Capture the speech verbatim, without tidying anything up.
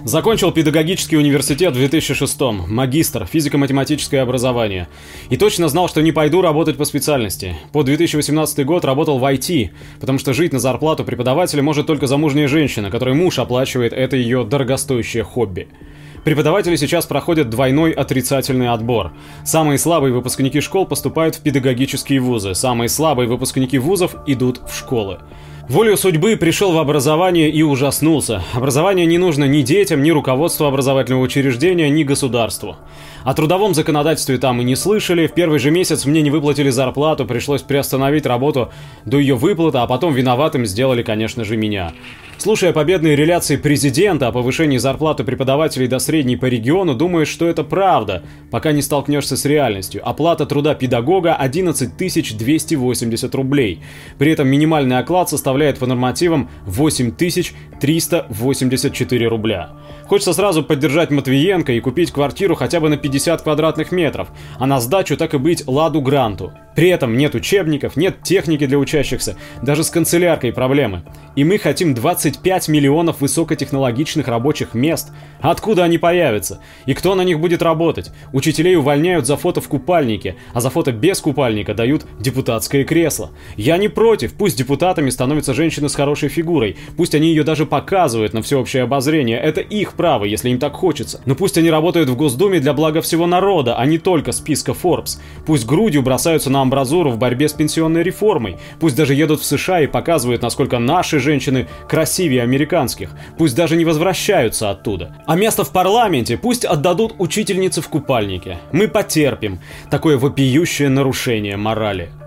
Закончил педагогический университет в две тысячи шестом, магистр, физико-математическое образование. И точно знал, что не пойду работать по специальности. По две тысячи восемнадцатый год работал в ай ти, потому что жить на зарплату преподавателя может только замужняя женщина, которой муж оплачивает это ее дорогостоящее хобби. Преподаватели сейчас проходят двойной отрицательный отбор. Самые слабые выпускники школ поступают в педагогические вузы, самые слабые выпускники вузов идут в школы. Волею судьбы пришел в образование и ужаснулся. Образование не нужно ни детям, ни руководству образовательного учреждения, ни государству. О трудовом законодательстве там и не слышали. В первый же месяц мне не выплатили зарплату, пришлось приостановить работу до ее выплаты, а потом виноватым сделали, конечно же, меня. Слушая победные реляции президента о повышении зарплаты преподавателей до средней по региону, думаешь, что это правда, пока не столкнешься с реальностью. Оплата труда педагога одиннадцать тысяч двести восемьдесят рублей. При этом минимальный оклад составляет по нормативам восемь тысяч триста восемьдесят четыре рубля. Хочется сразу поддержать Матвиенко и купить квартиру хотя бы на пятьдесят квадратных метров, а на сдачу так и быть Ладу Гранту. При этом нет учебников, нет техники для учащихся, даже с канцеляркой проблемы. И мы хотим двадцать пять миллионов высокотехнологичных рабочих мест. Откуда они появятся? И кто на них будет работать? Учителей увольняют за фото в купальнике, а за фото без купальника дают депутатское кресло. Я не против, пусть депутатами становятся женщины с хорошей фигурой, пусть они ее даже показывают на всеобщее обозрение, это их право, если им так хочется. Но пусть они работают в Госдуме для блага всего народа, а не только списка Forbes. Пусть грудью бросаются на амбразуру в борьбе с пенсионной реформой. Пусть даже едут в США и показывают, насколько наши женщины красивее американских. Пусть даже не возвращаются оттуда. А место в парламенте пусть отдадут учительнице в купальнике. Мы потерпим такое вопиющее нарушение морали.